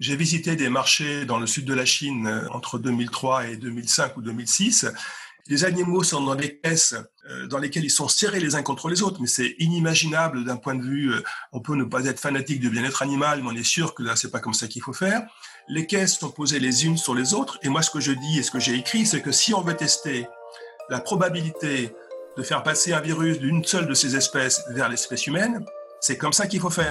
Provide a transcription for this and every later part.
J'ai visité des marchés dans le sud de la Chine entre 2003 et 2005 ou 2006. Les animaux sont dans des caisses dans lesquelles ils sont serrés les uns contre les autres, mais c'est inimaginable d'un point de vue, on peut ne pas être fanatique du bien-être animal, mais on est sûr que là, c'est pas comme ça qu'il faut faire. Les caisses sont posées les unes sur les autres, et moi, ce que je dis et ce que j'ai écrit, c'est que si on veut tester la probabilité de faire passer un virus d'une seule de ces espèces vers l'espèce humaine, c'est comme ça qu'il faut faire.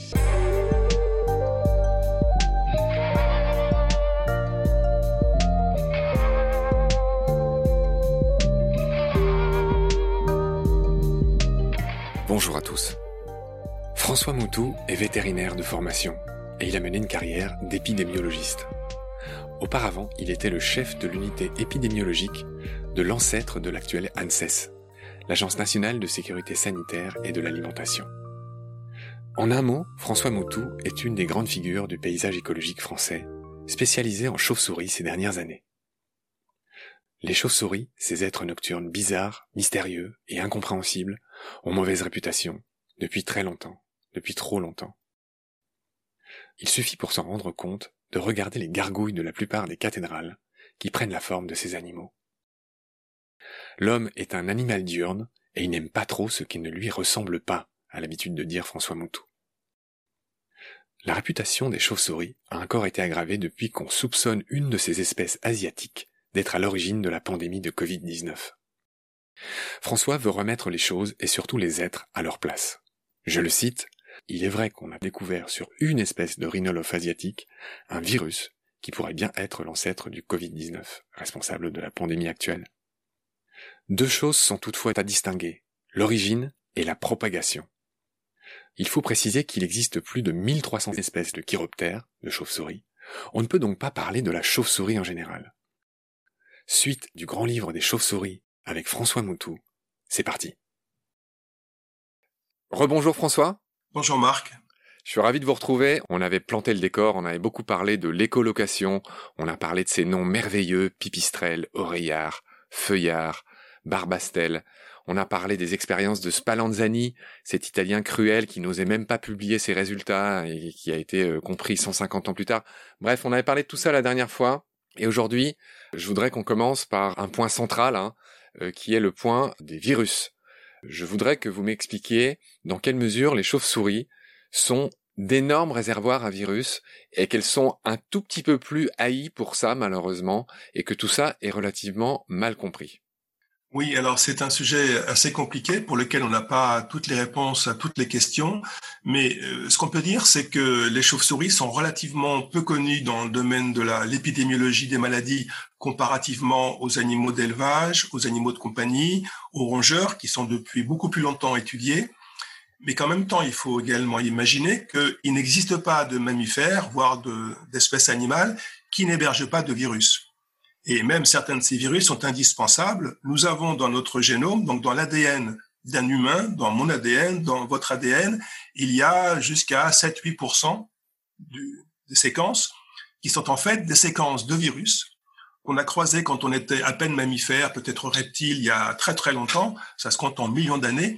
Bonjour à tous. François Moutou est vétérinaire de formation et il a mené une carrière d'épidémiologiste. Auparavant, il était le chef de l'unité épidémiologique de l'ancêtre de l'actuelle ANSES, l'Agence nationale de sécurité sanitaire et de l'alimentation. En un mot, François Moutou est une des grandes figures du paysage écologique français, spécialisé en chauves-souris ces dernières années. Les chauves-souris, ces êtres nocturnes bizarres, mystérieux et incompréhensibles, ont mauvaise réputation, depuis très longtemps, depuis trop longtemps. Il suffit pour s'en rendre compte de regarder les gargouilles de la plupart des cathédrales qui prennent la forme de ces animaux. L'homme est un animal diurne et il n'aime pas trop ce qui ne lui ressemble pas, a l'habitude de dire François Moutou. La réputation des chauves-souris a encore été aggravée depuis qu'on soupçonne une de ces espèces asiatiques d'être à l'origine de la pandémie de Covid-19. François veut remettre les choses et surtout les êtres à leur place. Je le cite, « Il est vrai qu'on a découvert sur une espèce de rhinolophe asiatique un virus qui pourrait bien être l'ancêtre du Covid-19, responsable de la pandémie actuelle. » Deux choses sont toutefois à distinguer, l'origine et la propagation. Il faut préciser qu'il existe plus de 1300 espèces de chiroptères, de chauves-souris. On ne peut donc pas parler de la chauve-souris en général. Suite du grand livre des chauves-souris avec François Moutou. C'est parti. Rebonjour François. Bonjour Marc. Je suis ravi de vous retrouver. On avait planté le décor, on avait beaucoup parlé de l'écolocation, on a parlé de ces noms merveilleux, pipistrelle, oreillard, feuillard, barbastelle. On a parlé des expériences de Spallanzani, cet Italien cruel qui n'osait même pas publier ses résultats et qui a été compris 150 ans plus tard. Bref, on avait parlé de tout ça la dernière fois. Et aujourd'hui, je voudrais qu'on commence par un point central, qui est le point des virus. Je voudrais que vous m'expliquiez dans quelle mesure les chauves-souris sont d'énormes réservoirs à virus et qu'elles sont un tout petit peu plus haïes pour ça, malheureusement, et que tout ça est relativement mal compris. Oui, alors c'est un sujet assez compliqué pour lequel on n'a pas toutes les réponses à toutes les questions, mais ce qu'on peut dire, c'est que les chauves-souris sont relativement peu connues dans le domaine de l'épidémiologie des maladies comparativement aux animaux d'élevage, aux animaux de compagnie, aux rongeurs qui sont depuis beaucoup plus longtemps étudiés. Mais qu'en même temps, il faut également imaginer qu'il n'existe pas de mammifères, voire d'espèces animales, qui n'hébergent pas de virus. Et même certains de ces virus sont indispensables. Nous avons dans notre génome, donc dans l'ADN d'un humain, dans mon ADN, dans votre ADN, il y a jusqu'à 7-8% des séquences qui sont en fait des séquences de virus qu'on a croisées quand on était à peine mammifère, peut-être reptile, il y a très très longtemps, ça se compte en millions d'années,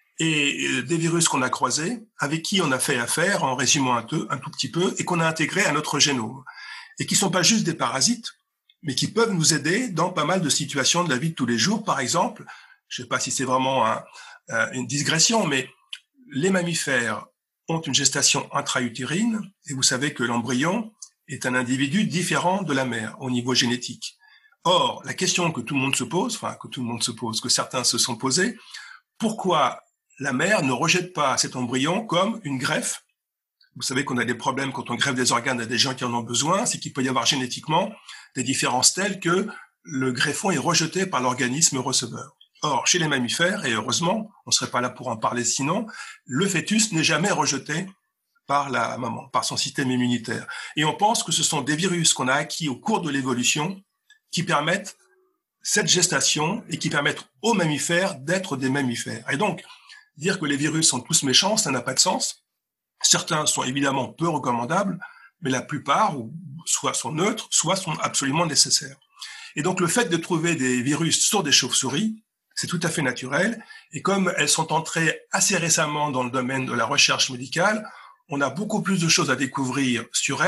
et des virus qu'on a croisés, avec qui on a fait affaire, en résumant un tout petit peu, et qu'on a intégrés à notre génome. Et qui sont pas juste des parasites, mais qui peuvent nous aider dans pas mal de situations de la vie de tous les jours. Par exemple, je sais pas si c'est vraiment une digression, mais les mammifères ont une gestation intra-utérine, et vous savez que l'embryon est un individu différent de la mère au niveau génétique. Or, la question que tout le monde se pose, que certains se sont posés, pourquoi la mère ne rejette pas cet embryon comme une greffe? Vous savez qu'on a des problèmes quand on greffe des organes à des gens qui en ont besoin, c'est qu'il peut y avoir génétiquement des différences telles que le greffon est rejeté par l'organisme receveur. Or, chez les mammifères, et heureusement, on ne serait pas là pour en parler sinon, le fœtus n'est jamais rejeté par la maman, par son système immunitaire. Et on pense que ce sont des virus qu'on a acquis au cours de l'évolution qui permettent cette gestation et qui permettent aux mammifères d'être des mammifères. Et donc, dire que les virus sont tous méchants, ça n'a pas de sens. Certains sont évidemment peu recommandables, mais la plupart, soit sont neutres, soit sont absolument nécessaires. Et donc, le fait de trouver des virus sur des chauves-souris, c'est tout à fait naturel. Et comme elles sont entrées assez récemment dans le domaine de la recherche médicale, on a beaucoup plus de choses à découvrir sur elles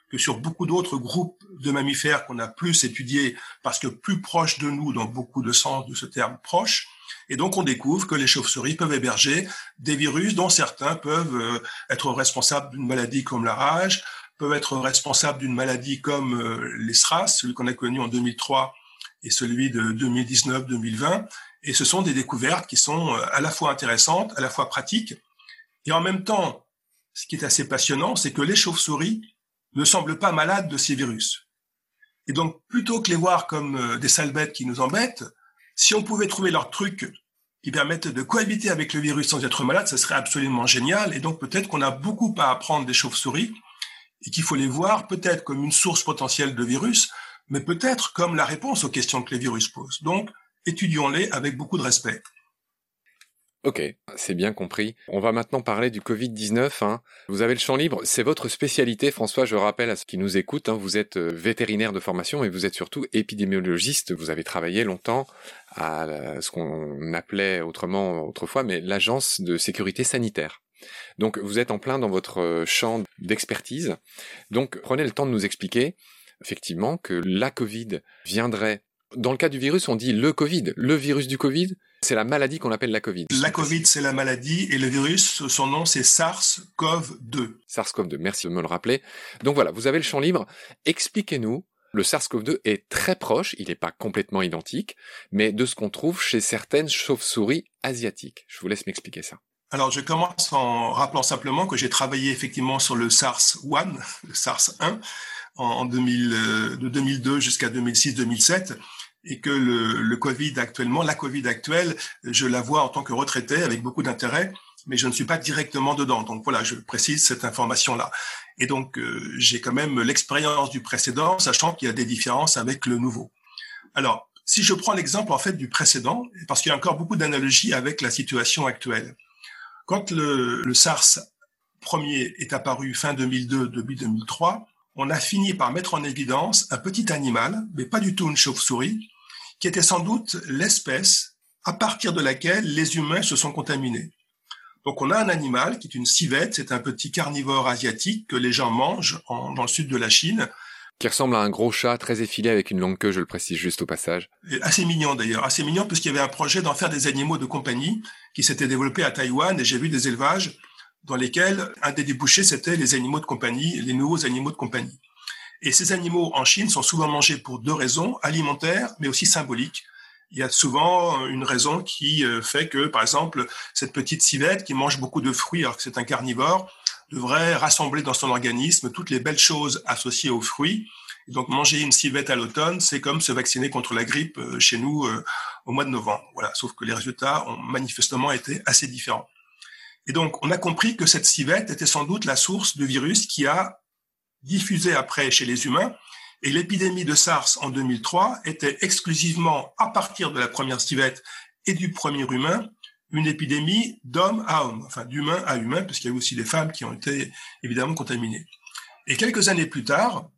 que sur beaucoup d'autres groupes de mammifères qu'on a plus étudiés parce que plus proches de nous dans beaucoup de sens de ce terme proche. Et donc, on découvre que les chauves-souris peuvent héberger des virus dont certains peuvent être responsables d'une maladie comme la rage, peuvent être responsables d'une maladie comme les SRAS, celui qu'on a connu en 2003 et celui de 2019-2020. Et ce sont des découvertes qui sont à la fois intéressantes, à la fois pratiques. Et en même temps, ce qui est assez passionnant, c'est que les chauves-souris ne semblent pas malades de ces virus. Et donc, plutôt que les voir comme des sales bêtes qui nous embêtent, si on pouvait trouver leur truc qui permettent de cohabiter avec le virus sans être malade, ça serait absolument génial. Et donc, peut-être qu'on a beaucoup à apprendre des chauves-souris et qu'il faut les voir peut-être comme une source potentielle de virus, mais peut-être comme la réponse aux questions que les virus posent. Donc, étudions-les avec beaucoup de respect. Ok, c'est bien compris. On va maintenant parler du Covid-19. Vous avez le champ libre, c'est votre spécialité, François. Je rappelle à ceux qui nous écoutent, vous êtes vétérinaire de formation, mais vous êtes surtout épidémiologiste. Vous avez travaillé longtemps à ce qu'on appelait autrement autrefois, mais l'Agence de sécurité sanitaire. Donc vous êtes en plein dans votre champ d'expertise. Donc prenez le temps de nous expliquer effectivement que la Covid viendrait. Dans le cas du virus, on dit le Covid. Le virus du Covid, c'est la maladie qu'on appelle la Covid. La Covid, c'est la maladie, et le virus, son nom, c'est SARS-CoV-2. SARS-CoV-2, merci de me le rappeler. Donc voilà, vous avez le champ libre. Expliquez-nous, le SARS-CoV-2 est très proche, il n'est pas complètement identique, mais de ce qu'on trouve chez certaines chauves-souris asiatiques. Je vous laisse m'expliquer ça. Alors, je commence en rappelant simplement que j'ai travaillé effectivement sur le SARS-1, le SARS-1, de 2002 jusqu'à 2006-2007, et que le Covid actuellement, la Covid actuelle, je la vois en tant que retraité avec beaucoup d'intérêt, mais je ne suis pas directement dedans. Donc voilà, je précise cette information-là. Et donc, j'ai quand même l'expérience du précédent, sachant qu'il y a des différences avec le nouveau. Alors, si je prends l'exemple en fait du précédent, parce qu'il y a encore beaucoup d'analogies avec la situation actuelle. Quand le SARS premier est apparu fin 2002, début 2003, on a fini par mettre en évidence un petit animal, mais pas du tout une chauve-souris, qui était sans doute l'espèce à partir de laquelle les humains se sont contaminés. Donc on a un animal qui est une civette, c'est un petit carnivore asiatique que les gens mangent dans le sud de la Chine. Qui ressemble à un gros chat très effilé avec une longue queue, je le précise juste au passage. Et assez mignon d'ailleurs, assez mignon puisqu'il y avait un projet d'en faire des animaux de compagnie qui s'était développé à Taïwan, et j'ai vu des élevages dans lesquels un des débouchés, c'était les animaux de compagnie, les nouveaux animaux de compagnie. Et ces animaux, en Chine, sont souvent mangés pour deux raisons, alimentaires, mais aussi symboliques. Il y a souvent une raison qui fait que, par exemple, cette petite civette qui mange beaucoup de fruits, alors que c'est un carnivore, devrait rassembler dans son organisme toutes les belles choses associées aux fruits. Et donc, manger une civette à l'automne, c'est comme se vacciner contre la grippe chez nous au mois de novembre. Voilà. Sauf que les résultats ont manifestement été assez différents. Et donc, on a compris que cette civette était sans doute la source du virus qui a diffusé après chez les humains. Et l'épidémie de SARS en 2003 était exclusivement, à partir de la première civette et du premier humain, une épidémie d'homme à homme, enfin d'humain à humain, parce qu'il y a aussi des femmes qui ont été évidemment contaminées. Et quelques années plus tard,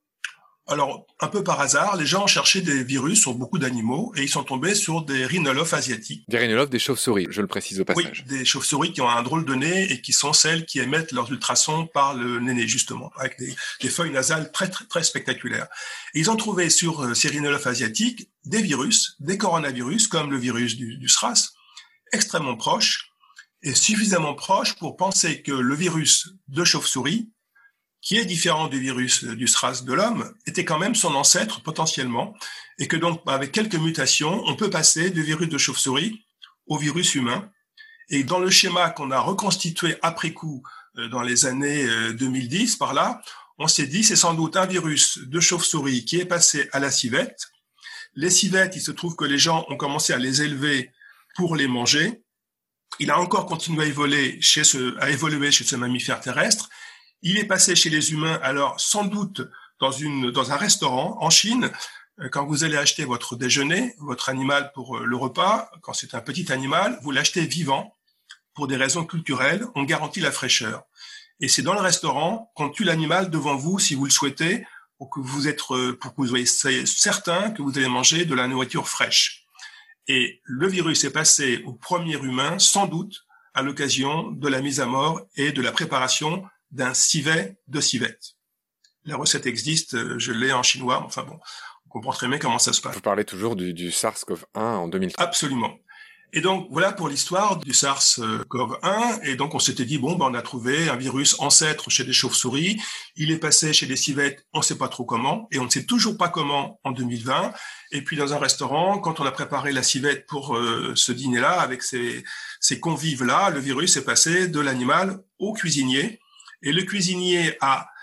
alors un peu par hasard, les gens ont cherché des virus sur beaucoup d'animaux et ils sont tombés sur des rhinolophes asiatiques. Des rhinolophes, des chauves-souris, je le précise au passage. Oui, des chauves-souris qui ont un drôle de nez et qui sont celles qui émettent leurs ultrasons par le nez, justement, avec des feuilles nasales très, très, très spectaculaires. Et ils ont trouvé sur ces rhinolophes asiatiques des virus, des coronavirus, comme le virus du SRAS, extrêmement proches et suffisamment proches pour penser que le virus de chauve-souris, qui est différent du virus du SRAS de l'homme, était quand même son ancêtre potentiellement, et que donc avec quelques mutations, on peut passer du virus de chauve-souris au virus humain. Et dans le schéma qu'on a reconstitué après coup dans les années 2010, par là, on s'est dit c'est sans doute un virus de chauve-souris qui est passé à la civette. Les civettes, il se trouve que les gens ont commencé à les élever pour les manger. Il a encore continué à évoluer chez ce mammifère terrestre. Il est passé chez les humains, alors sans doute dans un restaurant en Chine. Quand vous allez acheter votre déjeuner, votre animal pour le repas, quand c'est un petit animal, vous l'achetez vivant. Pour des raisons culturelles, on garantit la fraîcheur. Et c'est dans le restaurant qu'on tue l'animal devant vous, si vous le souhaitez, pour que vous soyez certain que vous allez manger de la nourriture fraîche. Et le virus est passé au premier humain, sans doute, à l'occasion de la mise à mort et de la préparation d'un civet de civette. La recette existe, je l'ai en chinois. Enfin bon, on comprend très bien comment ça se passe. Vous parlez toujours du SARS-CoV-1 en 2003. Absolument. Et donc, voilà pour l'histoire du SARS-CoV-1. Et donc, on s'était dit, on a trouvé un virus ancêtre chez les chauves-souris. Il est passé chez les civettes, on ne sait pas trop comment. Et on ne sait toujours pas comment en 2020. Et puis, dans un restaurant, quand on a préparé la civette pour ce dîner-là, avec ces convives-là, le virus est passé de l'animal au cuisinier. Et le cuisinier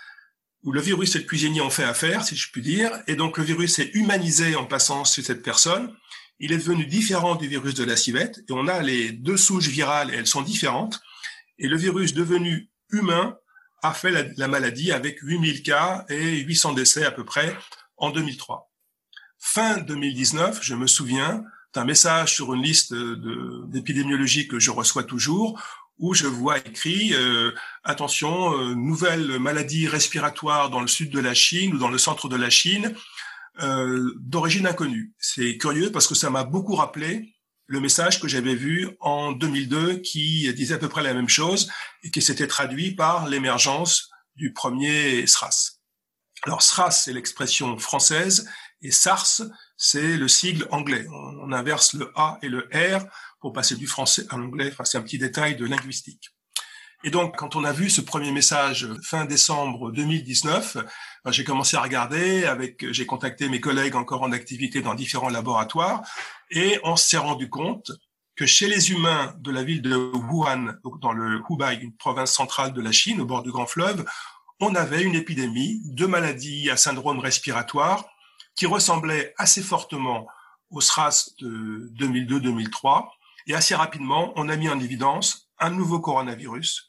où le virus et le cuisinier ont fait affaire, si je puis dire. Et donc, le virus est humanisé en passant chez cette personne. Il est devenu différent du virus de la civette, et on a les deux souches virales, et elles sont différentes. Et le virus devenu humain a fait la maladie avec 8000 cas et 800 décès à peu près en 2003. Fin 2019, je me souviens d'un message sur une liste d'épidémiologie que je reçois toujours, où je vois écrit attention, nouvelle maladie respiratoire dans le sud de la Chine ou dans le centre de la Chine, d'origine inconnue. C'est curieux parce que ça m'a beaucoup rappelé le message que j'avais vu en 2002 qui disait à peu près la même chose et qui s'était traduit par l'émergence du premier SRAS. Alors SRAS, c'est l'expression française et SARS, c'est le sigle anglais. On inverse le A et le R pour passer du français à l'anglais. Enfin, c'est un petit détail de linguistique. Et donc, quand on a vu ce premier message fin décembre 2019, j'ai commencé à regarder, j'ai contacté mes collègues encore en activité dans différents laboratoires, et on s'est rendu compte que chez les humains de la ville de Wuhan, dans le Hubei, une province centrale de la Chine, au bord du Grand Fleuve, on avait une épidémie de maladies à syndrome respiratoire qui ressemblait assez fortement au SRAS de 2002-2003, et assez rapidement, on a mis en évidence un nouveau coronavirus.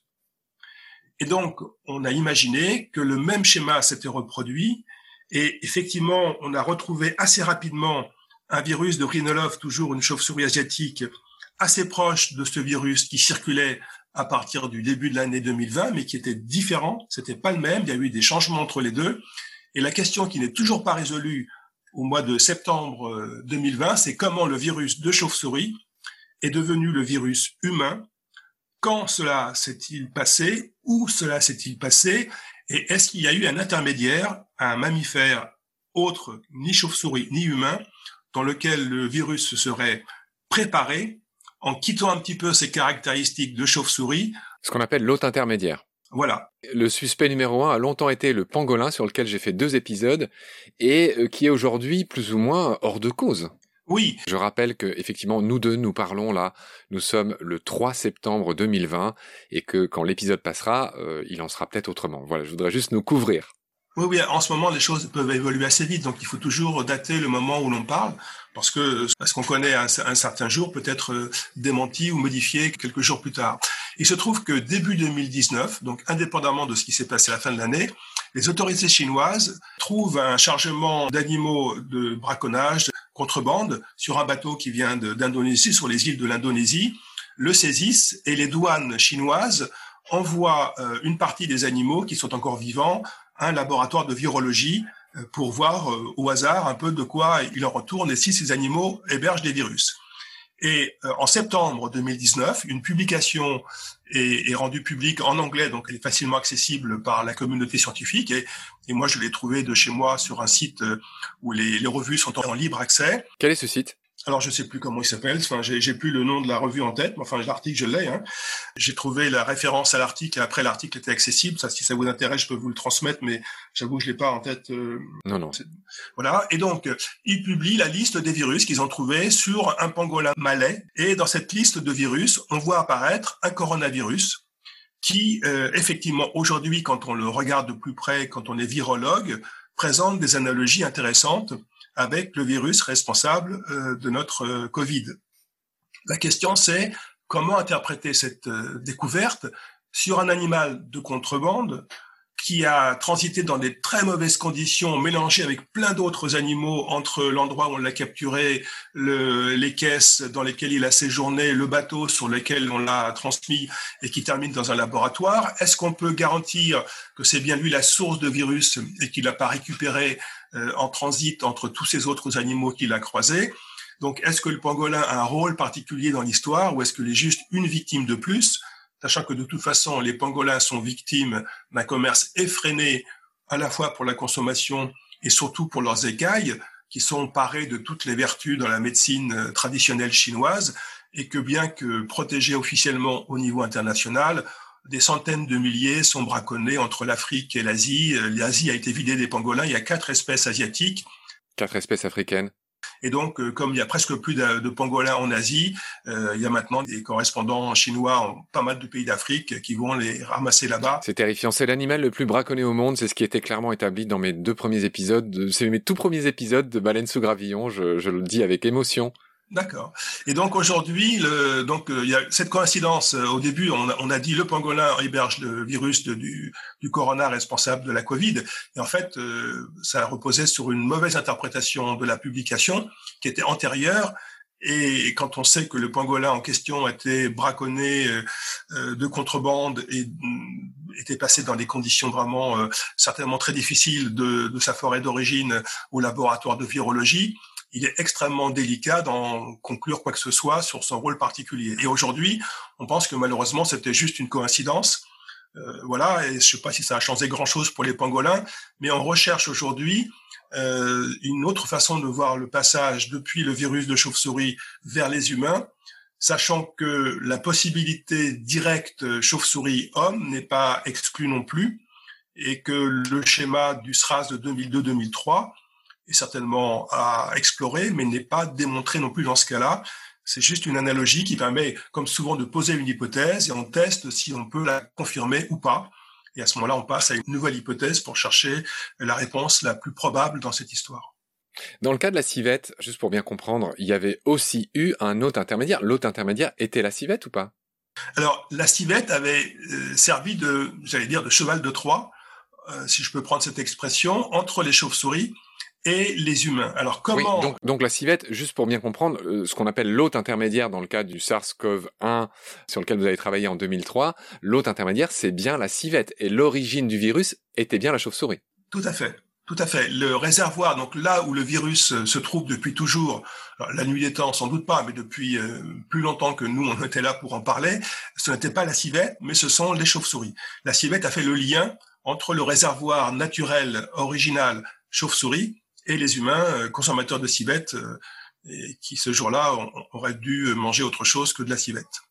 Et donc, on a imaginé que le même schéma s'était reproduit et effectivement, on a retrouvé assez rapidement un virus de rhinolophe, toujours une chauve-souris asiatique, assez proche de ce virus qui circulait à partir du début de l'année 2020, mais qui était différent, c'était pas le même, il y a eu des changements entre les deux. Et la question qui n'est toujours pas résolue au mois de septembre 2020, c'est comment le virus de chauve-souris est devenu le virus humain. Quand cela s'est-il passé? Où cela s'est-il passé? Et est-ce qu'il y a eu un intermédiaire, un mammifère autre, ni chauve-souris, ni humain, dans lequel le virus se serait préparé en quittant un petit peu ses caractéristiques de chauve-souris? Ce qu'on appelle l'hôte intermédiaire. Voilà. Le suspect numéro 1 a longtemps été le pangolin, sur lequel j'ai fait 2 épisodes, et qui est aujourd'hui plus ou moins hors de cause. Oui. Je rappelle que effectivement nous deux nous parlons là, nous sommes le 3 septembre 2020 et que quand l'épisode passera, il en sera peut-être autrement. Voilà, je voudrais juste nous couvrir. Oui, en ce moment les choses peuvent évoluer assez vite, donc il faut toujours dater le moment où l'on parle, parce qu'on connaît un certain jour peut être démenti ou modifié quelques jours plus tard. Il se trouve que début 2019, donc indépendamment de ce qui s'est passé à la fin de l'année, les autorités chinoises trouvent un chargement d'animaux de braconnage, contrebande, sur un bateau qui vient d'Indonésie, sur les îles de l'Indonésie, le saisissent et les douanes chinoises envoient une partie des animaux qui sont encore vivants à un laboratoire de virologie pour voir au hasard un peu de quoi il en retourne et si ces animaux hébergent des virus. Et en septembre 2019, une publication est rendue publique en anglais, donc elle est facilement accessible par la communauté scientifique. Et moi, je l'ai trouvée de chez moi sur un site où les revues sont en libre accès. Quel est ce site ? Alors, je sais plus comment il s'appelle. Enfin, j'ai plus le nom de la revue en tête. Mais enfin, l'article, je l'ai. J'ai trouvé la référence à l'article et après, l'article était accessible. Ça, si ça vous intéresse, je peux vous le transmettre, mais j'avoue que je l'ai pas en tête. Non. Voilà. Et donc, ils publient la liste des virus qu'ils ont trouvés sur un pangolin malais. Et dans cette liste de virus, on voit apparaître un coronavirus qui, effectivement, aujourd'hui, quand on le regarde de plus près, quand on est virologue, présente des analogies intéressantes avec le virus responsable de notre Covid. La question, c'est comment interpréter cette découverte sur un animal de contrebande qui a transité dans des très mauvaises conditions, mélangé avec plein d'autres animaux entre l'endroit où on l'a capturé, les caisses dans lesquelles il a séjourné, le bateau sur lequel on l'a transmis et qui termine dans un laboratoire. Est-ce qu'on peut garantir que c'est bien lui la source de virus et qu'il n'a pas récupéré en transit entre tous ces autres animaux qu'il a croisés? Donc, est-ce que le pangolin a un rôle particulier dans l'histoire ou est-ce qu'il est juste une victime de plus, sachant que de toute façon, les pangolins sont victimes d'un commerce effréné à la fois pour la consommation et surtout pour leurs écailles, qui sont parées de toutes les vertus dans la médecine traditionnelle chinoise, et que bien que protégées officiellement au niveau international, des centaines de milliers sont braconnés entre l'Afrique et l'Asie. L'Asie a été vidée des pangolins, il y a 4 espèces asiatiques. 4 espèces africaines. Et donc, comme il y a presque plus de pangolins en Asie, il y a maintenant des correspondants chinois en pas mal de pays d'Afrique qui vont les ramasser là-bas. C'est terrifiant. C'est l'animal le plus braconné au monde. C'est ce qui était clairement établi dans mes 2 premiers épisodes. C'est mes tout premiers épisodes de Baleine sous gravillon. Je le dis avec émotion. D'accord. Et donc aujourd'hui, il y a cette coïncidence. Au début, on a dit le pangolin héberge le virus du corona responsable de la Covid. Et en fait, ça reposait sur une mauvaise interprétation de la publication qui était antérieure. Et quand on sait que le pangolin en question était braconné de contrebande et était passé dans des conditions vraiment certainement très difficiles de sa forêt d'origine au laboratoire de virologie, il est extrêmement délicat d'en conclure quoi que ce soit sur son rôle particulier. Et aujourd'hui, on pense que malheureusement, c'était juste une coïncidence. Voilà, et je ne sais pas si ça a changé grand-chose pour les pangolins, mais on recherche aujourd'hui une autre façon de voir le passage depuis le virus de chauve-souris vers les humains, sachant que la possibilité directe chauve-souris-homme n'est pas exclue non plus, et que le schéma du SRAS de 2002-2003 est certainement à explorer, mais n'est pas démontré non plus dans ce cas-là. C'est juste une analogie qui permet, comme souvent, de poser une hypothèse et on teste si on peut la confirmer ou pas. Et à ce moment-là, on passe à une nouvelle hypothèse pour chercher la réponse la plus probable dans cette histoire. Dans le cas de la civette, juste pour bien comprendre, il y avait aussi eu un hôte intermédiaire. L'hôte intermédiaire était la civette ou pas ? Alors, la civette avait servi de cheval de Troie, si je peux prendre cette expression, entre les chauves-souris et les humains. Alors comment... Oui, donc la civette, juste pour bien comprendre, ce qu'on appelle l'hôte intermédiaire dans le cas du SARS-CoV-1 sur lequel vous avez travaillé en 2003, l'hôte intermédiaire, c'est bien la civette. Et l'origine du virus était bien la chauve-souris. Tout à fait. Tout à fait. Le réservoir, donc là où le virus se trouve depuis toujours, alors, la nuit des temps sans doute pas, mais depuis plus longtemps que nous on était là pour en parler, ce n'était pas la civette, mais ce sont les chauves-souris. La civette a fait le lien entre le réservoir naturel original chauve-souris et les humains consommateurs de civettes qui ce jour-là auraient dû manger autre chose que de la civette.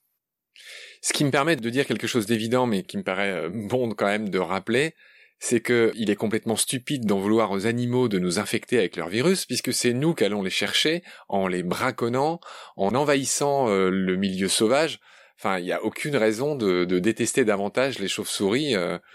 Ce qui me permet de dire quelque chose d'évident, mais qui me paraît bon quand même de rappeler, c'est que il est complètement stupide d'en vouloir aux animaux de nous infecter avec leur virus, puisque c'est nous qu'allons les chercher en les braconnant, en envahissant le milieu sauvage. Enfin, il n'y a aucune raison de détester davantage les chauves-souris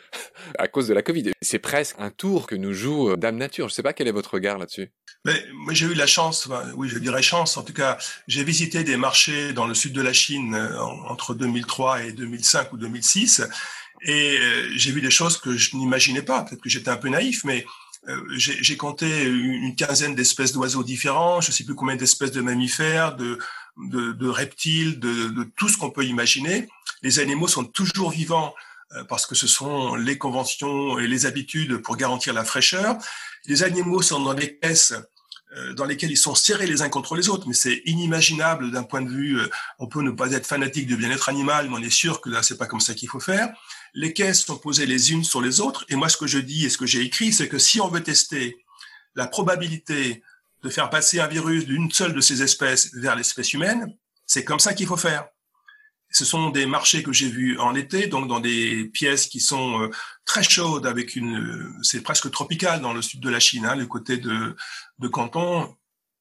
à cause de la Covid. C'est presque un tour que nous joue Dame Nature. Je ne sais pas quel est votre regard là-dessus. Mais moi, j'ai eu la chance, oui, je dirais chance. En tout cas, j'ai visité des marchés dans le sud de la Chine entre 2003 et 2005 ou 2006, et j'ai vu des choses que je n'imaginais pas. Peut-être que j'étais un peu naïf, mais j'ai compté une quinzaine d'espèces d'oiseaux différents, je ne sais plus combien d'espèces de mammifères, de reptiles, de tout ce qu'on peut imaginer. Les animaux sont toujours vivants parce que ce sont les conventions et les habitudes pour garantir la fraîcheur. Les animaux sont dans des caisses dans lesquelles ils sont serrés les uns contre les autres, mais c'est inimaginable d'un point de vue, on peut ne pas être fanatique du bien-être animal, mais on est sûr que là, c'est pas comme ça qu'il faut faire. Les caisses sont posées les unes sur les autres, et moi, ce que je dis et ce que j'ai écrit, c'est que si on veut tester la probabilité de faire passer un virus d'une seule de ces espèces vers l'espèce humaine, c'est comme ça qu'il faut faire. Ce sont des marchés que j'ai vus en été, donc dans des pièces qui sont très chaudes, c'est presque tropical dans le sud de la Chine, le côté de Canton,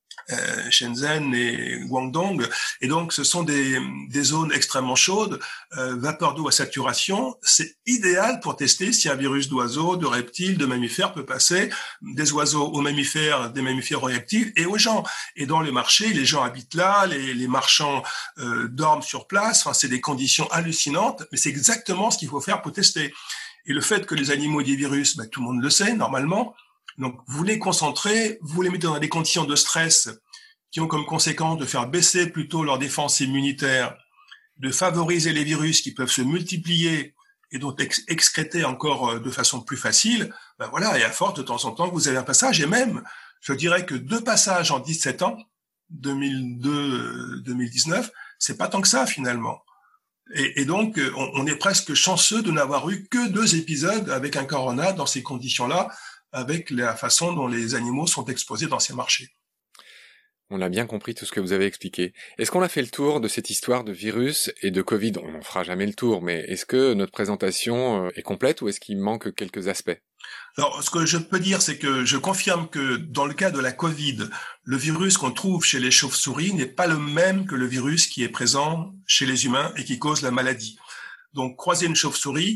Shenzhen et Guangdong, et donc ce sont des zones extrêmement chaudes, vapeur d'eau à saturation. C'est idéal pour tester si un virus d'oiseaux, de reptiles, de mammifères peut passer des oiseaux aux mammifères, des mammifères aux reptiles et aux gens. Et dans le marché, les gens habitent là, les marchands dorment sur place. Enfin, c'est des conditions hallucinantes, mais c'est exactement ce qu'il faut faire pour tester. Et le fait que les animaux aient des virus, tout le monde le sait normalement. Donc, vous les concentrez, vous les mettez dans des conditions de stress qui ont comme conséquence de faire baisser plutôt leur défense immunitaire, de favoriser les virus qui peuvent se multiplier et donc excréter encore de façon plus facile. Voilà, et à force, de temps en temps, vous avez un passage, et même, je dirais que 2 passages en 17 ans, 2002-2019, c'est pas tant que ça finalement. Et donc, on est presque chanceux de n'avoir eu que 2 épisodes avec un corona dans ces conditions-là, avec la façon dont les animaux sont exposés dans ces marchés. On a bien compris tout ce que vous avez expliqué. Est-ce qu'on a fait le tour de cette histoire de virus et de Covid ? On n'en fera jamais le tour, mais est-ce que notre présentation est complète ou est-ce qu'il manque quelques aspects ? Alors, ce que je peux dire, c'est que je confirme que dans le cas de la Covid, le virus qu'on trouve chez les chauves-souris n'est pas le même que le virus qui est présent chez les humains et qui cause la maladie. Donc, croiser une chauve-souris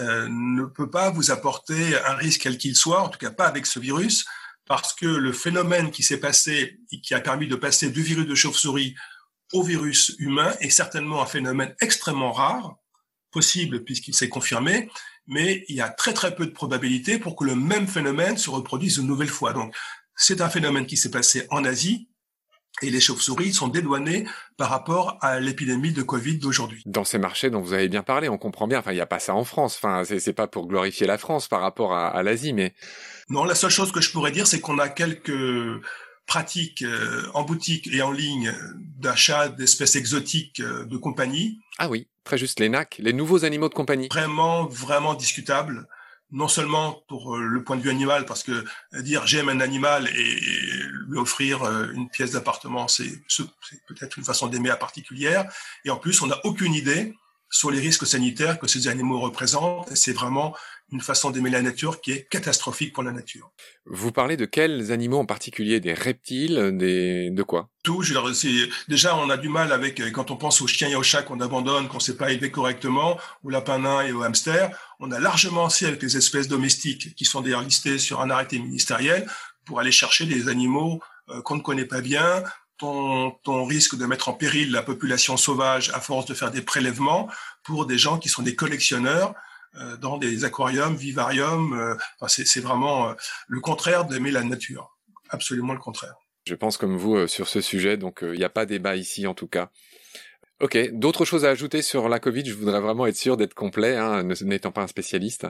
ne peut pas vous apporter un risque quel qu'il soit, en tout cas pas avec ce virus, parce que le phénomène qui s'est passé et qui a permis de passer du virus de chauve-souris au virus humain est certainement un phénomène extrêmement rare, possible puisqu'il s'est confirmé, mais il y a très très peu de probabilité pour que le même phénomène se reproduise une nouvelle fois. Donc, c'est un phénomène qui s'est passé en Asie, et les chauves-souris sont dédouanées par rapport à l'épidémie de Covid d'aujourd'hui. Dans ces marchés dont vous avez bien parlé, on comprend bien, il n'y a pas ça en France, c'est pas pour glorifier la France par rapport à l'Asie, mais... Non, la seule chose que je pourrais dire, c'est qu'on a quelques pratiques en boutique et en ligne d'achat d'espèces exotiques de compagnie. Ah oui, très juste, les NAC, les nouveaux animaux de compagnie. Vraiment, vraiment discutable. Non seulement pour le point de vue animal, parce que dire j'aime un animal et lui offrir une pièce d'appartement, c'est peut-être une façon d'aimer à particulière. Et en plus, on n'a aucune idée sur les risques sanitaires que ces animaux représentent. Et c'est vraiment une façon d'aimer la nature qui est catastrophique pour la nature. Vous parlez de quels animaux en particulier ? Des reptiles, de quoi ? Tout. Déjà, on a du mal avec, quand on pense aux chiens et aux chats qu'on abandonne, qu'on ne sait pas élever correctement, aux lapins nains et aux hamsters. On a largement aussi avec les espèces domestiques qui sont d'ailleurs listées sur un arrêté ministériel pour aller chercher des animaux qu'on ne connaît pas bien, dont on risque de mettre en péril la population sauvage à force de faire des prélèvements pour des gens qui sont des collectionneurs dans des aquariums, vivariums. C'est vraiment le contraire d'aimer la nature. Absolument le contraire. Je pense comme vous sur ce sujet, donc il n'y a pas débat ici en tout cas. Ok, d'autres choses à ajouter sur la Covid ? Je voudrais vraiment être sûr d'être complet, n'étant pas un spécialiste.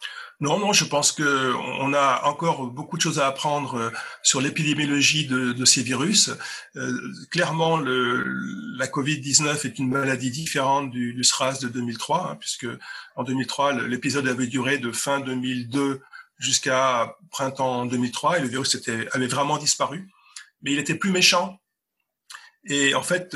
Non, je pense que on a encore beaucoup de choses à apprendre sur l'épidémiologie de ces virus. Clairement, la Covid-19 est une maladie différente du SRAS de 2003, puisque en 2003, l'épisode avait duré de fin 2002 jusqu'à printemps 2003, et le virus avait vraiment disparu. Mais il était plus méchant. Et en fait,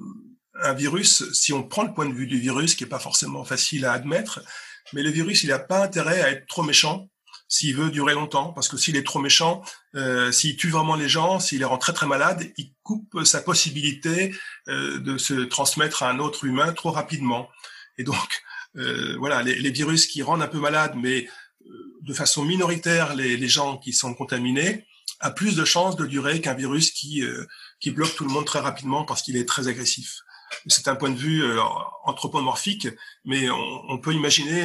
un virus, si on prend le point de vue du virus, qui est pas forcément facile à admettre, mais le virus, il n'a pas intérêt à être trop méchant s'il veut durer longtemps, parce que s'il est trop méchant, s'il tue vraiment les gens, s'il les rend très très malades, il coupe sa possibilité de se transmettre à un autre humain trop rapidement. Et donc, voilà, les virus qui rendent un peu malades, mais de façon minoritaire, les gens qui sont contaminés, a plus de chances de durer qu'un virus qui bloque tout le monde très rapidement parce qu'il est très agressif. C'est un point de vue anthropomorphique, mais on peut imaginer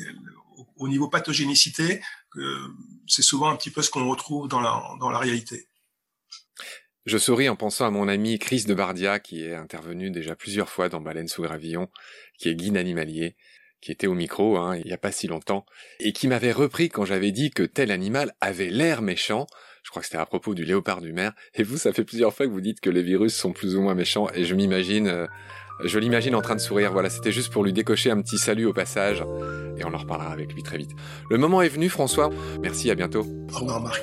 au niveau pathogénicité que c'est souvent un petit peu ce qu'on retrouve dans la réalité. Je souris en pensant à mon ami Chris Debardia, qui est intervenu déjà plusieurs fois dans Baleine sous gravillon, qui est guide animalier, qui était au micro il n'y a pas si longtemps, et qui m'avait repris quand j'avais dit que tel animal avait l'air méchant. Je crois que c'était à propos du léopard du mer. Et vous, ça fait plusieurs fois que vous dites que les virus sont plus ou moins méchants, et je l'imagine en train de sourire. Voilà, c'était juste pour lui décocher un petit salut au passage, et on en reparlera avec lui très vite. Le moment est venu, François. Merci, à bientôt. Au revoir, Marc.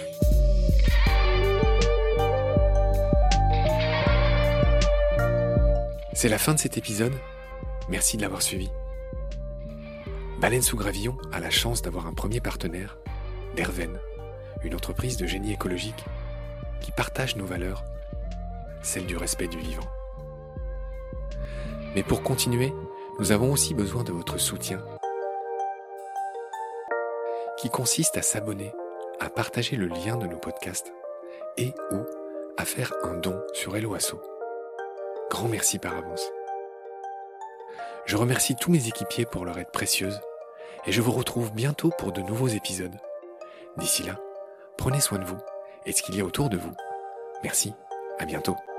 C'est la fin de cet épisode. Merci de l'avoir suivi. Baleine sous gravillon a la chance d'avoir un premier partenaire, Derven, une entreprise de génie écologique qui partage nos valeurs, celle du respect du vivant. Mais pour continuer, nous avons aussi besoin de votre soutien, qui consiste à s'abonner, à partager le lien de nos podcasts et ou à faire un don sur Helloasso. Grand merci par avance. Je remercie tous mes équipiers pour leur aide précieuse et je vous retrouve bientôt pour de nouveaux épisodes. D'ici là, prenez soin de vous et de ce qu'il y a autour de vous. Merci, à bientôt.